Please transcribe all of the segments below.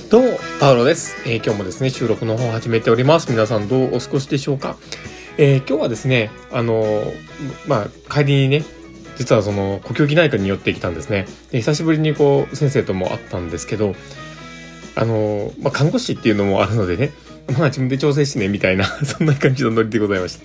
どうも、パウロです。今日もですね、収録の方を始めております。皆さんどうお過ごしでしょうか。今日はですね、帰りにね、実はその呼吸器内科に寄ってきたんですね。で、久しぶりに先生とも会ったんですけど、看護師っていうのもあるのでね、自分で調整してね、みたいな、そんな感じのノリでございました。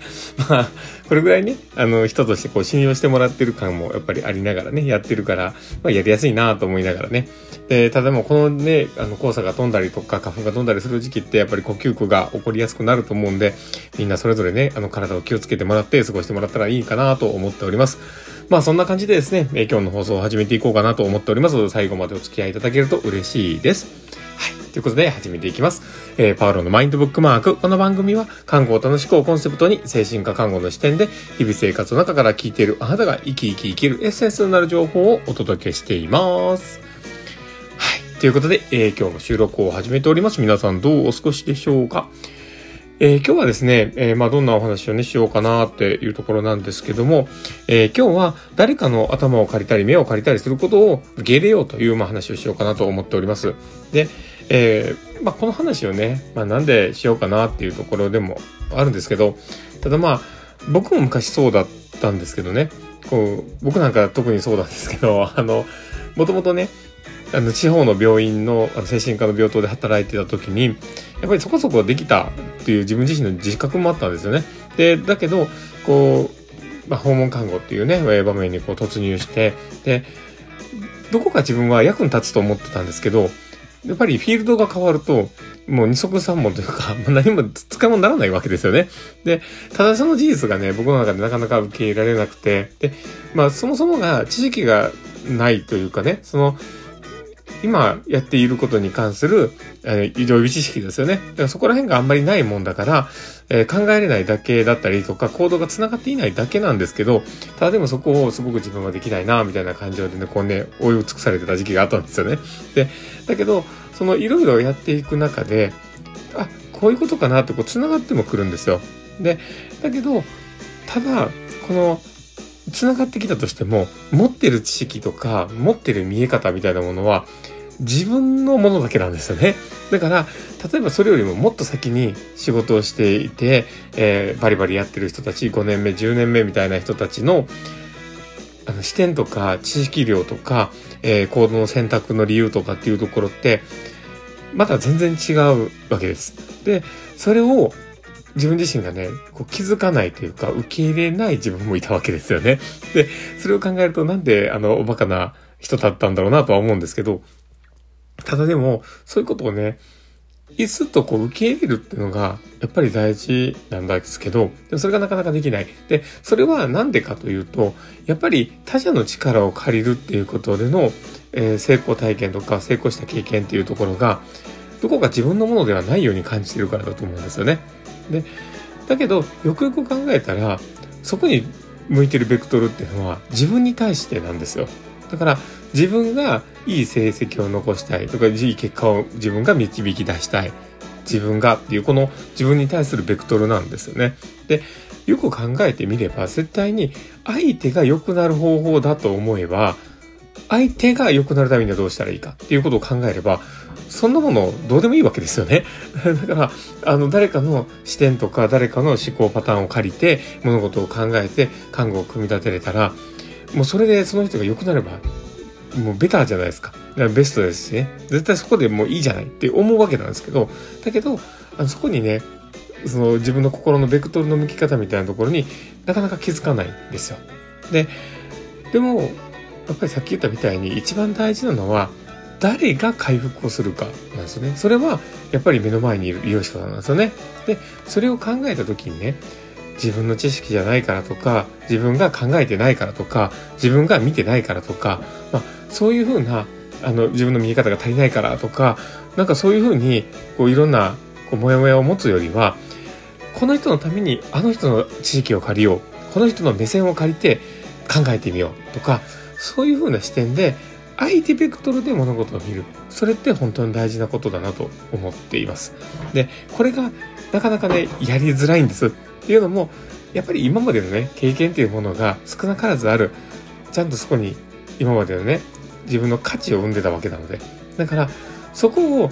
これぐらいね、人として信用してもらってる感もやっぱりありながらね、やってるから、やりやすいなと思いながらね。ただもうこのね、黄砂が飛んだりとか、花粉が飛んだりする時期って、やっぱり呼吸苦が起こりやすくなると思うんで、みんなそれぞれね、体を気をつけてもらって過ごしてもらったらいいかなと思っております。そんな感じでですね、今日の放送を始めていこうかなと思っております。最後までお付き合いいただけると嬉しいです。はい。ということで始めていきます。パウロのマインドブックマーク。この番組は看護を楽しくをコンセプトに精神科看護の視点で日々生活の中から聞いているあなたが生き生きるエッセンスになる情報をお届けしています。はい。ということで、今日の収録を始めております。皆さんどうお過ごしでしょうか。今日はですね、どんなお話をね、しようかなっていうところなんですけども、今日は誰かの頭を借りたり目を借りたりすることを受け入れようという話をしようかなと思っております。で、この話をね、なんでしようかなっていうところでもあるんですけど、ただ僕も昔そうだったんですけどね、僕なんか特にそうなんですけど、もともとね、地方の病院の精神科の病棟で働いてた時に、やっぱりそこそこできたっていう自分自身の自覚もあったんですよね。で、だけど、訪問看護っていうね、場面に突入して、で、どこか自分は役に立つと思ってたんですけど、やっぱりフィールドが変わると、もう二足三門というか、何も使い物にならないわけですよね。で、ただその事実がね、僕の中でなかなか受け入れられなくて、で、そもそもが知識がないというかね、今やっていることに関する、医療知識ですよね。だからそこら辺があんまりないもんだから、考えれないだけだったりとか、行動が繋がっていないだけなんですけど、ただでもそこをすごく自分はできないな、みたいな感情でね、追い尽くされてた時期があったんですよね。で、だけど、いろいろやっていく中で、こういうことかなって繋がってもくるんですよ。で、だけど、ただ、繋がってきたとしても、持ってる知識とか、持ってる見え方みたいなものは、自分のものだけなんですよね。だから、例えばそれよりももっと先に仕事をしていて、バリバリやってる人たち、5年目、10年目みたいな人たちの、視点とか知識量とか、行動の選択の理由とかっていうところって、また全然違うわけです。で、それを自分自身がね、気づかないというか、受け入れない自分もいたわけですよね。で、それを考えるとなんでおバカな人だったんだろうなとは思うんですけど、ただでも、そういうことをね、いすっと受け入れるっていうのが、やっぱり大事なんですけど、でもそれがなかなかできない。で、それはなんでかというと、やっぱり他者の力を借りるっていうことでの、成功体験とか成功した経験っていうところが、どこか自分のものではないように感じているからだと思うんですよね。で、だけど、よくよく考えたら、そこに向いてるベクトルっていうのは自分に対してなんですよ。だから、自分がいい成績を残したいとか、いい結果を自分が導き出したい。自分がっていう、この自分に対するベクトルなんですよね。で、よく考えてみれば、絶対に相手が良くなる方法だと思えば、相手が良くなるためにはどうしたらいいかっていうことを考えれば、そんなものどうでもいいわけですよね。だから、誰かの視点とか誰かの思考パターンを借りて物事を考えて看護を組み立てれたら、もうそれでその人が良くなれば、もうベターじゃないですか。だからベストですしね。絶対そこでもういいじゃないって思うわけなんですけど、だけど、そこにね、自分の心のベクトルの向き方みたいなところになかなか気づかないんですよ。でも、やっぱりさっき言ったみたいに一番大事なのは誰が回復をするかなんですよね。それはやっぱり目の前にいる医療士さんなんですよね。で、それを考えた時にね、自分の知識じゃないからとか、自分が考えてないからとか、自分が見てないからとか、そういうふうな自分の見え方が足りないからとか、なんかそういうふうにいろんなモヤモヤを持つよりは、この人のためにあの人の知識を借りよう、この人の目線を借りて考えてみようとか、そういう風な視点で相手ベクトルで物事を見る。それって本当に大事なことだなと思っています。で、これがなかなかね、やりづらいんです。っていうのも、やっぱり今までのね、経験っていうものが少なからずある。ちゃんとそこに今までのね、自分の価値を生んでたわけなので。だから、そこを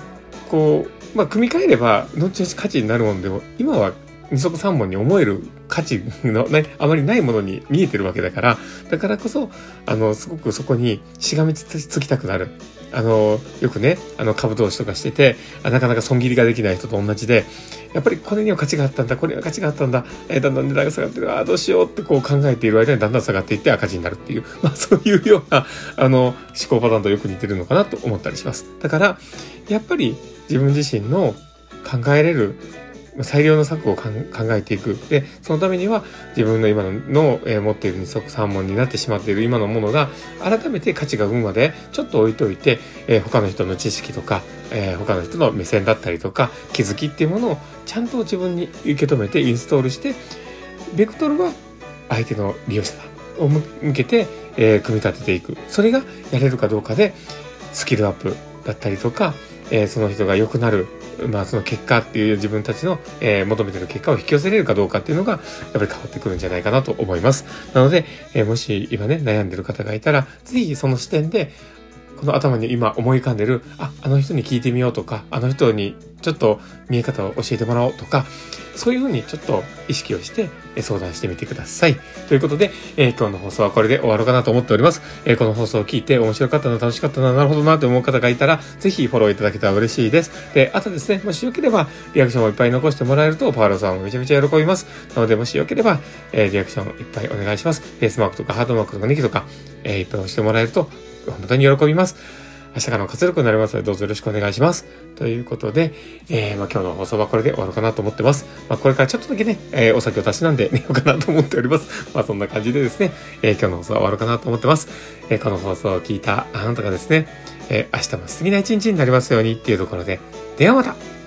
こう、組み替えれば、後々価値になるものでも、今は二足三門に思える価値のね、あまりないものに見えてるわけだから、だからこそ、すごくそこにしがみつきたくなる。よくね、株投資とかしてて、なかなか損切りができない人と同じで、やっぱりこれには価値があったんだ、これには価値があったんだ、だんだん値段が下がってる、どうしようってこう考えている間にだんだん下がっていって赤字になるっていう、そういうような、思考パターンとよく似てるのかなと思ったりします。だから、やっぱり自分自身の考えれる最良の策を考えていく。で、そのためには自分の今の、持っている二足三門になってしまっている今のものが改めて価値が生むまでちょっと置いといて、他の人の知識とか、他の人の目線だったりとか気づきっていうものをちゃんと自分に受け止めてインストールして、ベクトルは相手の利用者を向けて、組み立てていく。それがやれるかどうかでスキルアップだったりとか、その人が良くなるその結果っていう自分たちの、求めてる結果を引き寄せれるかどうかっていうのがやっぱり変わってくるんじゃないかなと思います。なので、もし今ね悩んでる方がいたら、ぜひその視点でこの頭に今思い浮かんでるあの人に聞いてみようとか、あの人にちょっと見え方を教えてもらおうとか、そういうふうにちょっと意識をして相談してみてください。ということで、今日の放送はこれで終わろうかなと思っております。この放送を聞いて面白かったな、楽しかったな、なるほどなと思う方がいたら、ぜひフォローいただけたら嬉しいです。で、あとですね、もしよければリアクションをいっぱい残してもらえるとパールさんもめちゃめちゃ喜びます。なので、もしよければ、リアクションいっぱいお願いします。フェイスマークとかハートマークとかネギとか、いっぱい押してもらえると本当に喜びます。明日からの活力になりますので、どうぞよろしくお願いします。ということで、今日の放送はこれで終わろうかなと思ってます。これからちょっとだけね、お酒をたしなんで寝ようかなと思っております。そんな感じでですね、今日の放送は終わろうかなと思ってます。この放送を聞いたあなたがですね、明日も素敵な一日になりますようにっていうところで、ではまた。